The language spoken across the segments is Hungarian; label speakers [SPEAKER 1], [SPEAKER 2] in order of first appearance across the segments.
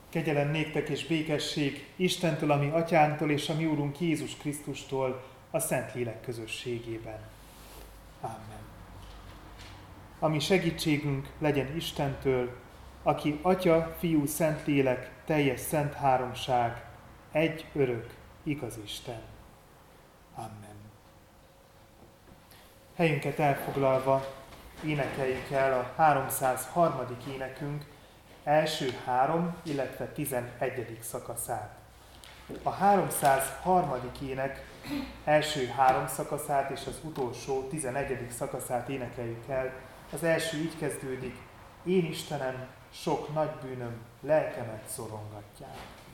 [SPEAKER 1] Kegyelem néktek és békesség Istentől, a mi atyánktól és a mi Úrunk Jézus Krisztustól a Szentlélek közösségében. Amen. A mi segítségünk legyen Istentől, aki Atya, Fiú, Szentlélek, teljes szent háromság, egy örök, igaz Isten. Amen. Helyünket elfoglalva énekeljük el a 303. énekünk első 3, illetve 11. szakaszát. A 303. ének első 3 szakaszát és az utolsó 11. szakaszát énekeljük el. Az első így kezdődik: Én Istenem, sok nagy bűnöm lelkemet szorongatják.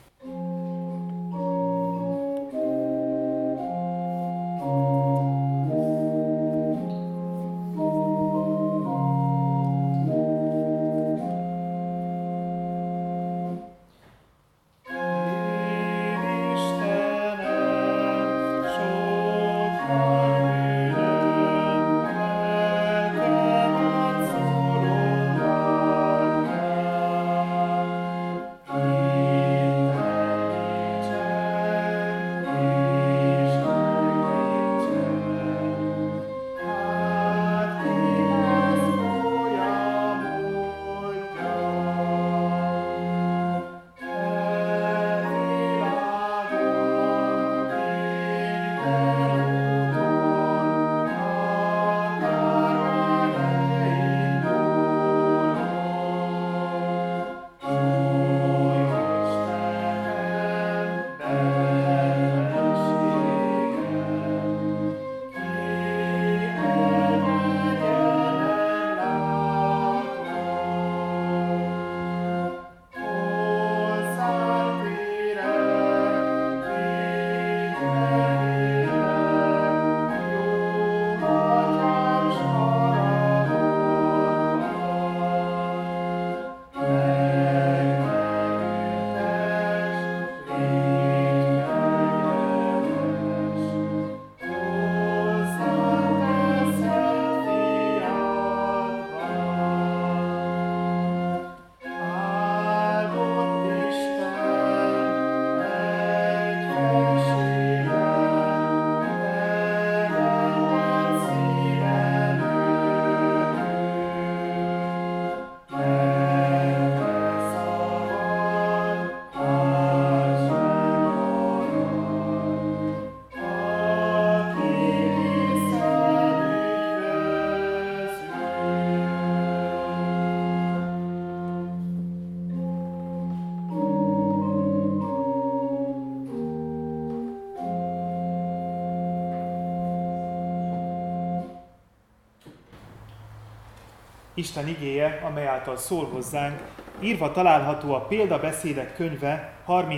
[SPEAKER 1] Isten igéje, amely által szól hozzánk, írva található a Példabeszédek könyve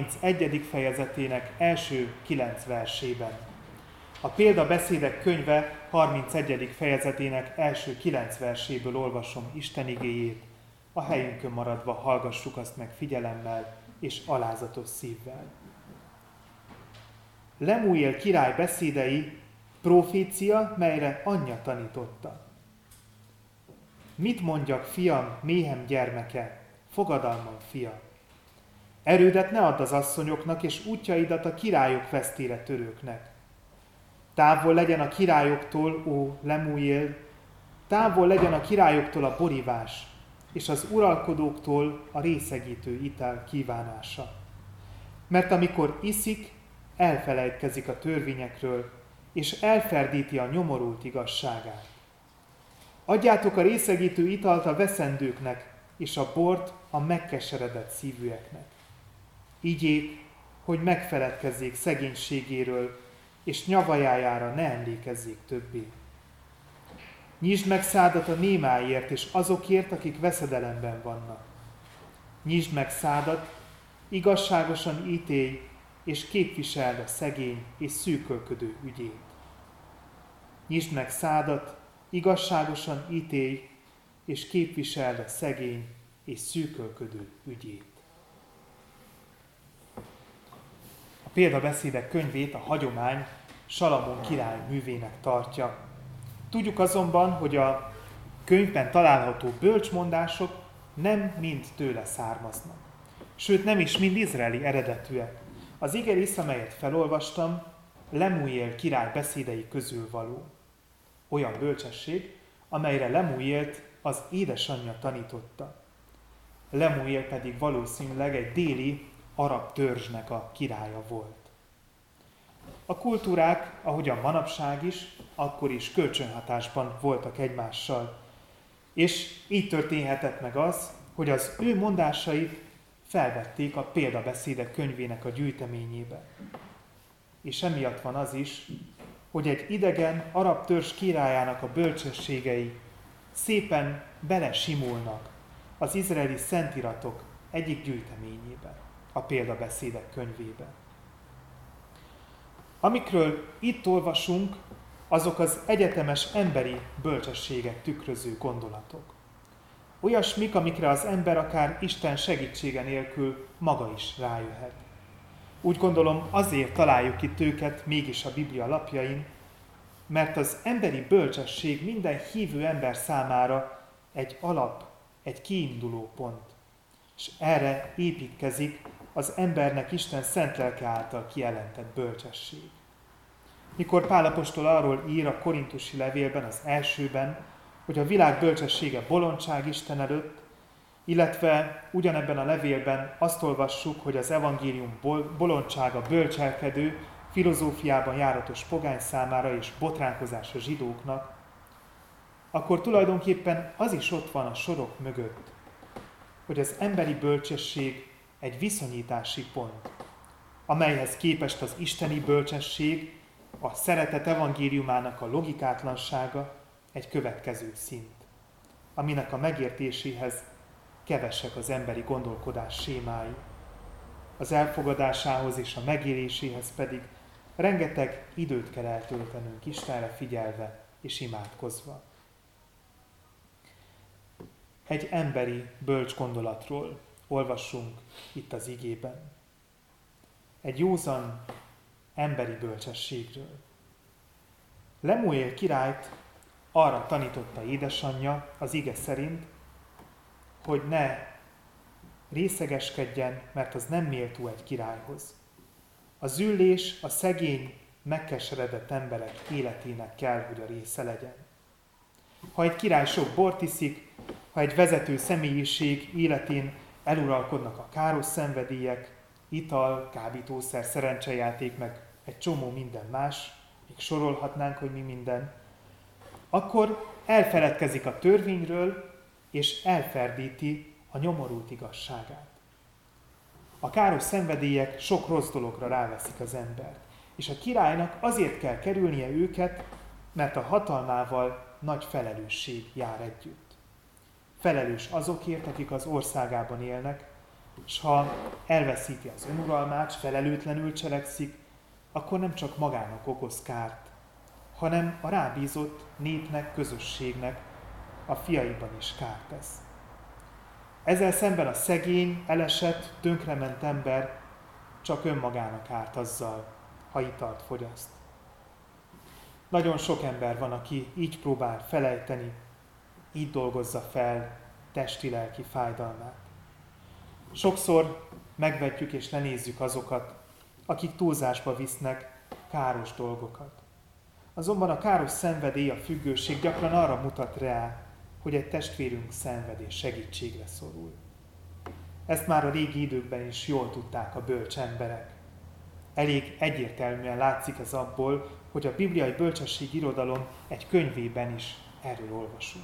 [SPEAKER 1] 31. fejezetének első 9 versében. A Példabeszédek könyve 31. fejezetének első 9 verséből olvasom Isten igéjét, a helyünkön maradva hallgassuk azt meg figyelemmel és alázatos szívvel. Lemuél király beszédei, profécia, melyre anyja tanította. Mit mondjak, fiam, méhem gyermeke, fogadalmam fia? Erődet ne add az asszonyoknak, és útjaidat a királyok vesztére törőknek. Távol legyen a királyoktól, ó Lemuél, távol legyen a királyoktól a borivás, és az uralkodóktól a részegítő ital kívánása. Mert amikor iszik, elfelejtkezik a törvényekről, és elferdíti a nyomorult igazságát. Adjátok a részegítő italt a veszendőknek, és a bort a megkeseredett szívűeknek. Igyék, hogy megfeledkezzék szegénységéről, és nyavajájára ne emlékezzék többé. Nyisd meg szádat a némáért, és azokért, akik veszedelemben vannak. Nyisd meg szádat, igazságosan ítélj, és képviseld a szegény és szűkölködő ügyét. Nyisd meg szádat, igazságosan ítélj, és képviseld a szegény és szűkölködő ügyét. A Példabeszédek könyvét a hagyomány Salamón király művének tartja. Tudjuk azonban, hogy a könyvben található bölcsmondások nem mind tőle származnak. Sőt, nem is mind izraeli eredetűek. Az ige rész, amelyet felolvastam, Lemuél király beszédei közül való. Olyan bölcsesség, amelyre Lemuélt az édesanyja tanította. Lemuél pedig valószínűleg egy déli arab törzsnek a királya volt. A kultúrák, ahogyan manapság is, akkor is kölcsönhatásban voltak egymással. És így történhetett meg az, hogy az ő mondásait felvették a példabeszédek könyvének a gyűjteményébe. És emiatt van az is, hogy egy idegen arab törzs királyának a bölcsességei szépen belesimulnak az izraeli szentiratok egyik gyűjteményébe, a példabeszédek könyvébe. Amikről itt olvasunk, azok az egyetemes emberi bölcsességet tükröző gondolatok. Olyasmik, amikre az ember akár Isten segítsége nélkül maga is rájöhet. Úgy gondolom, azért találjuk itt őket mégis a Biblia lapjain, mert az emberi bölcsesség minden hívő ember számára egy alap, egy kiinduló pont. És erre építkezik az embernek Isten szent lelke által kijelentett bölcsesség. Mikor Pál apostol arról ír a korintusi levélben, az elsőben, hogy a világ bölcsessége bolondság Isten előtt, illetve ugyanebben a levélben azt olvassuk, hogy az evangélium bolondsága bölcselkedő, filozófiában járatos pogány számára és botránkozás a zsidóknak, akkor tulajdonképpen az is ott van a sorok mögött, hogy az emberi bölcsesség egy viszonyítási pont, amelyhez képest az isteni bölcsesség, a szeretet evangéliumának a logikátlansága egy következő szint, aminek a megértéséhez kevesek az emberi gondolkodás sémái. Az elfogadásához és a megéléséhez pedig rengeteg időt kell eltöltenünk Istenre figyelve és imádkozva. Egy emberi bölcs gondolatról olvassunk itt az igében. Egy józan emberi bölcsességről. Lemuél királyt arra tanította édesanyja az ige szerint, hogy ne részegeskedjen, mert az nem méltó egy királyhoz. A züllés a szegény, megkeseredett emberek életének kell, hogy a része legyen. Ha egy király sok bort iszik, ha egy vezető személyiség életén eluralkodnak a káros szenvedélyek, ital, kábítószer, szerencsejáték, meg egy csomó minden más, még sorolhatnánk, hogy mi minden, akkor elfeledkezik a törvényről, és elferdíti a nyomorult igazságát. A káros szenvedélyek sok rossz dologra ráveszik az embert, és a királynak azért kell kerülnie őket, mert a hatalmával nagy felelősség jár együtt. Felelős azokért, akik az országában élnek, és ha elveszíti az önuralmát, felelőtlenül cselekszik, akkor nem csak magának okoz kárt, hanem a rábízott népnek, közösségnek, a fiaiban is kárt tesz. Ezzel szemben a szegény, elesett, tönkrement ember csak önmagának árt azzal, ha italt fogyaszt. Nagyon sok ember van, aki így próbál felejteni, így dolgozza fel testi-lelki fájdalmát. Sokszor megvetjük és lenézzük azokat, akik túlzásba visznek káros dolgokat. Azonban a káros szenvedély, a függőség gyakran arra mutat rá, hogy egy testvérünk szenved és segítségre szorul. Ezt már a régi időkben is jól tudták a bölcs emberek. Elég egyértelműen látszik ez abból, hogy a bibliai bölcsesség irodalom egy könyvében is erről olvasunk.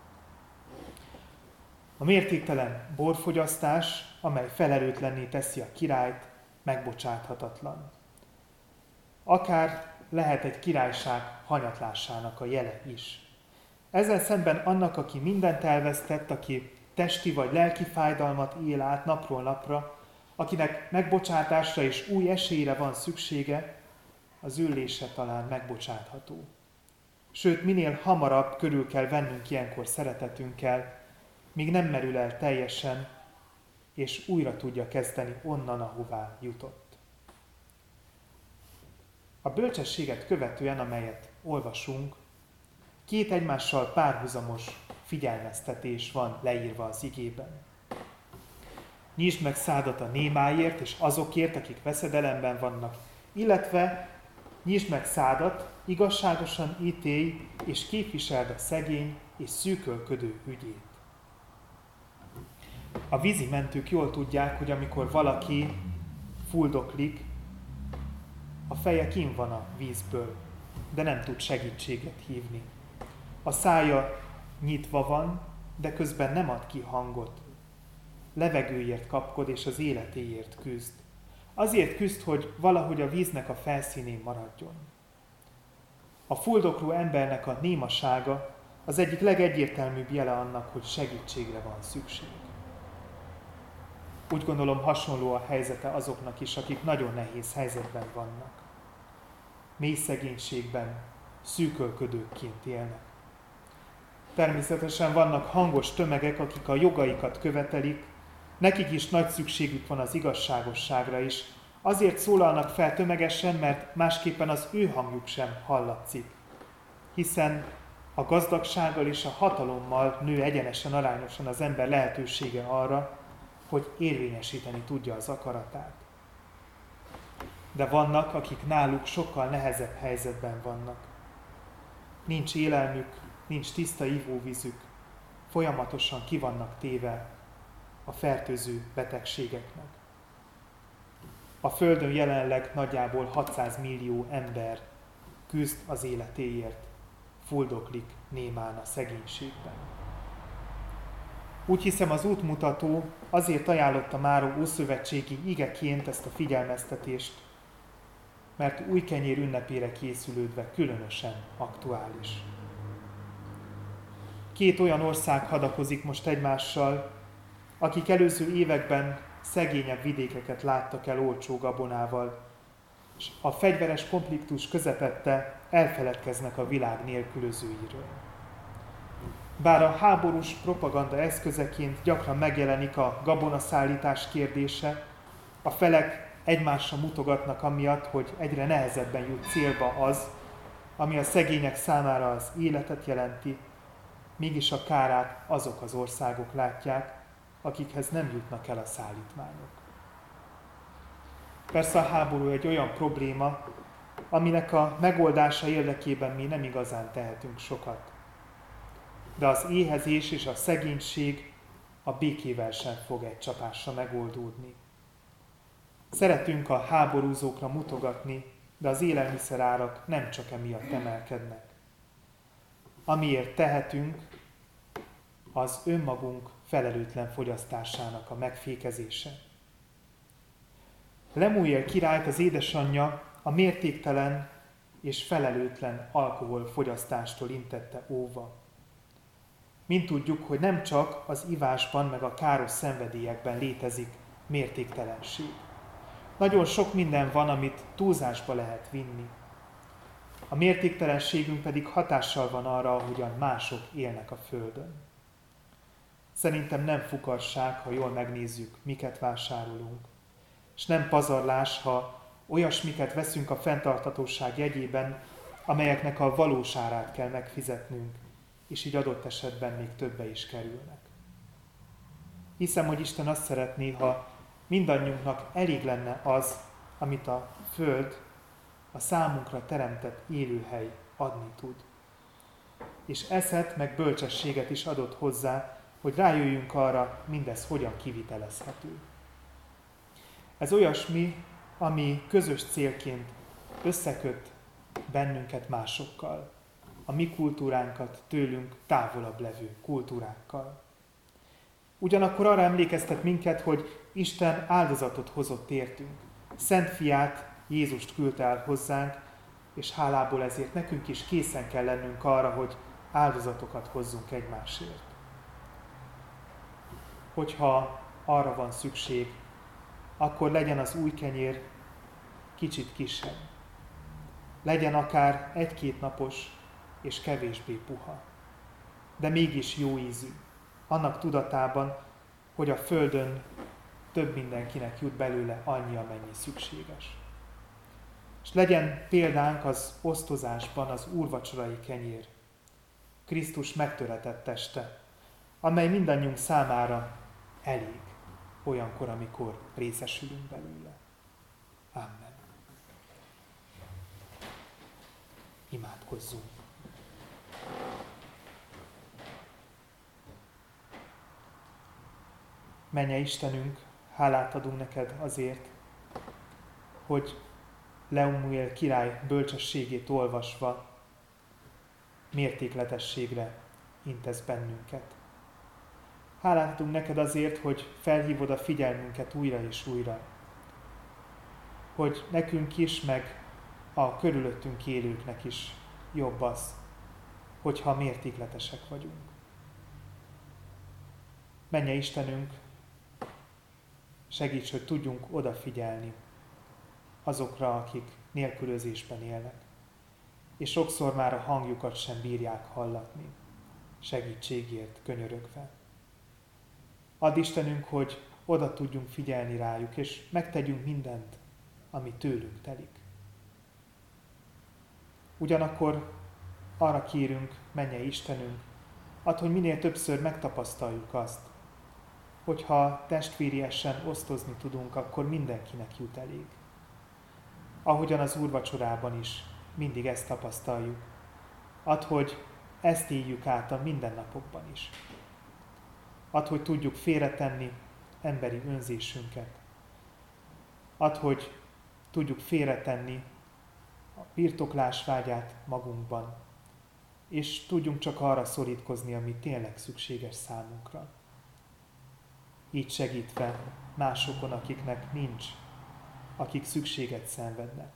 [SPEAKER 1] A mértéktelen borfogyasztás, amely felelőtlenné teszi a királyt, megbocsáthatatlan. Akár lehet egy királyság hanyatlásának a jele is. Ezzel szemben annak, aki mindent elvesztett, aki testi vagy lelki fájdalmat él át napról napra, akinek megbocsátásra és új esélyre van szüksége, az ülése talán megbocsátható. Sőt, minél hamarabb körül kell vennünk ilyenkor szeretetünkkel, míg nem merül el teljesen, és újra tudja kezdeni onnan, ahová jutott. A bölcsességet követően, amelyet olvasunk, két egymással párhuzamos figyelmeztetés van leírva az igében. Nyisd meg szádat a némáért és azokért, akik veszedelemben vannak, illetve nyisd meg szádat, igazságosan ítélj és képviseld a szegény és szűkölködő ügyét. A vízi mentők jól tudják, hogy amikor valaki fuldoklik, a feje kint van a vízből, de nem tud segítséget hívni. A szája nyitva van, de közben nem ad ki hangot. Levegőért kapkod és az életéért küzd. Azért küzd, hogy valahogy a víznek a felszínén maradjon. A fuldokló embernek a némasága az egyik legegyértelműbb jele annak, hogy segítségre van szükség. Úgy gondolom, hasonló a helyzete azoknak is, akik nagyon nehéz helyzetben vannak. Mély szegénységben, szűkölködőkként élnek. Természetesen vannak hangos tömegek, akik a jogaikat követelik, nekik is nagy szükségük van az igazságosságra is. Azért szólalnak fel tömegesen, mert másképpen az ő hangjuk sem hallatszik. Hiszen a gazdagsággal és a hatalommal nő egyenesen, arányosan az ember lehetősége arra, hogy érvényesíteni tudja az akaratát. De vannak, akik náluk sokkal nehezebb helyzetben vannak. Nincs élelmük, nincs tiszta ivóvízük, folyamatosan ki vannak téve a fertőző betegségeknek. A Földön jelenleg nagyjából 600 millió ember küzd az életéért, fuldoklik némán a szegénységben. Úgy hiszem, az útmutató azért ajánlotta már ószövetségi igeként ezt a figyelmeztetést, mert új kenyér ünnepére készülődve különösen aktuális. Két olyan ország hadakozik most egymással, akik előző években szegényebb vidékeket láttak el olcsó gabonával, és a fegyveres konfliktus közepette elfeledkeznek a világ nélkülözőiről. Bár a háborús propaganda eszközeként gyakran megjelenik a gabonaszállítás kérdése, a felek egymásra mutogatnak amiatt, hogy egyre nehezebben jut célba az, ami a szegények számára az életet jelenti, mégis a kárát azok az országok látják, akikhez nem jutnak el a szállítmányok. Persze a háború egy olyan probléma, aminek a megoldása érdekében mi nem igazán tehetünk sokat. De az éhezés és a szegénység a békével sem fog egy csapásra megoldódni. Szeretünk a háborúzókra mutogatni, de az élelmiszerárak nem csak emiatt emelkednek. Amiért tehetünk, az önmagunk felelőtlen fogyasztásának a megfékezése. Lemuel királyt az édesanyja a mértéktelen és felelőtlen alkoholfogyasztástól intette óva. Mint tudjuk, hogy nem csak az ivásban meg a káros szenvedélyekben létezik mértéktelenség. Nagyon sok minden van, amit túlzásba lehet vinni. A mértéktelenségünk pedig hatással van arra, ahogyan mások élnek a Földön. Szerintem nem fukarság, ha jól megnézzük, miket vásárolunk. És nem pazarlás, ha olyasmiket veszünk a fenntarthatóság jegyében, amelyeknek a valós árát kell megfizetnünk, és így adott esetben még többe is kerülnek. Hiszem, hogy Isten azt szeretné, ha mindannyiunknak elég lenne az, amit a Föld, a számunkra teremtett élőhely adni tud. És eszet meg bölcsességet is adott hozzá, hogy rájöjjünk arra, mindez hogyan kivitelezhető. Ez olyasmi, ami közös célként összeköt bennünket másokkal, a mi kultúránkat tőlünk távolabb levő kultúrákkal. Ugyanakkor arra emlékeztet minket, hogy Isten áldozatot hozott értünk. Szent fiát, Jézust küldte el hozzánk, és hálából ezért nekünk is készen kell lennünk arra, hogy áldozatokat hozzunk egymásért. Hogyha arra van szükség, akkor legyen az új kenyér kicsit kisebb. Legyen akár 1-2 napos és kevésbé puha, de mégis jó ízű, annak tudatában, hogy a Földön több mindenkinek jut belőle annyi, amennyi szükséges. És legyen példánk az osztozásban az úrvacsorai kenyér, Krisztus megtöretett teste, amely mindannyiunk számára elég, olyankor, amikor részesülünk belőle. Amen. Imádkozzunk. Mennyei Istenünk, hálát adunk neked azért, hogy Lemuel király bölcsességét olvasva mértékletességre intesz bennünket. Hálát adunk neked azért, hogy felhívod a figyelmünket újra és újra, hogy nekünk is, meg a körülöttünk élőknek is jobb az, hogyha mértékletesek vagyunk. Mennyei Istenünk, segíts, hogy tudjunk odafigyelni azokra, akik nélkülözésben élnek, és sokszor már a hangjukat sem bírják hallatni, segítségért könyörögve. Add Istenünk, hogy oda tudjunk figyelni rájuk, és megtegyünk mindent, ami tőlünk telik. Ugyanakkor arra kérünk, mennyei Istenünk, add, hogy minél többször megtapasztaljuk azt, hogyha testvériesen osztozni tudunk, akkor mindenkinek jut elég. Ahogyan az úrvacsorában is mindig ezt tapasztaljuk. Add, hogy ezt éljük át a mindennapokban is. Add, hogy tudjuk félretenni emberi önzésünket. Add, hogy tudjuk félretenni a birtoklás vágyát magunkban, és tudjunk csak arra szorítkozni, ami tényleg szükséges számunkra. Így segítve másokon, akiknek nincs, akik szükséget szenvednek.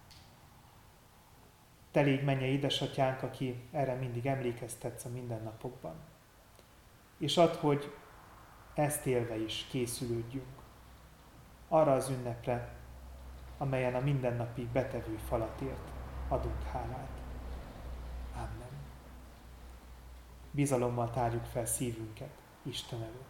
[SPEAKER 1] Te légy, mennyei édesatyánk, aki erre mindig emlékeztetsz a mindennapokban. És add, hogy ezt élve is készülődjünk arra az ünnepre, amelyen a mindennapi betevő falatért adunk hálát. Amen. Bizalommal tárjuk fel szívünket Isten előtt.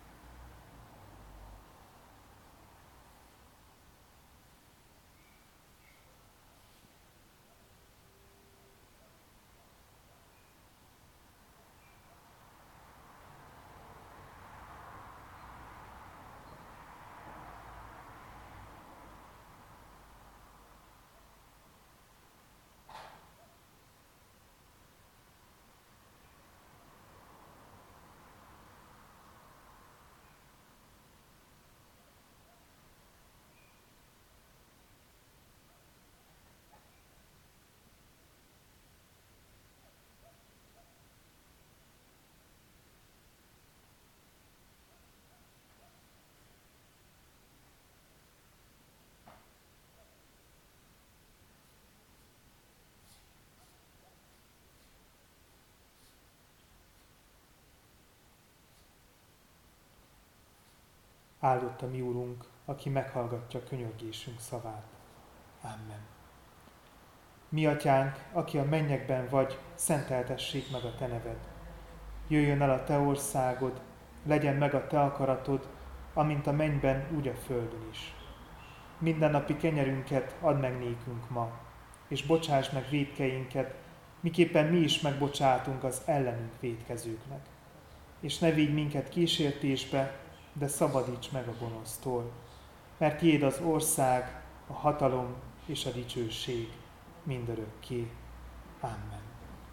[SPEAKER 1] Áldott a mi Úrunk, aki meghallgatja könyörgésünk szavát. Amen. Mi atyánk, aki a mennyekben vagy, szenteltessék meg a te neved. Jöjjön el a te országod, legyen meg a te akaratod, amint a mennyben, úgy a földön is. Mindennapi kenyerünket add meg nékünk ma, és bocsáss meg vétkeinket, miképpen mi is megbocsátunk az ellenünk vétkezőknek. És ne vigy minket kísértésbe, de szabadíts meg a gonosztól, mert tiéd az ország, a hatalom és a dicsőség mindörökké. Amen.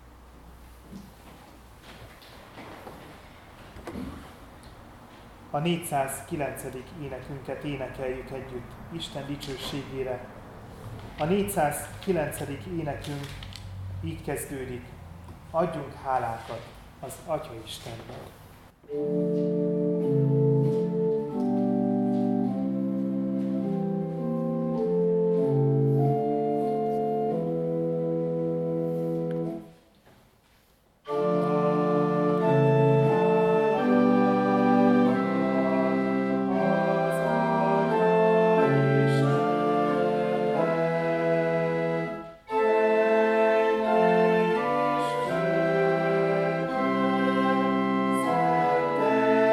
[SPEAKER 1] A 409. énekünket énekeljük együtt Isten dicsőségére. A 409. énekünk így kezdődik: adjunk hálákat az Atya Istennek.
[SPEAKER 2] Amen.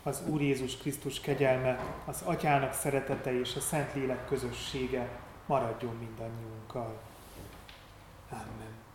[SPEAKER 1] az Úr Jézus Krisztus kegyelme, az Atyának szeretete és a Szentlélek közössége maradjon mindannyiunkkal. Amen.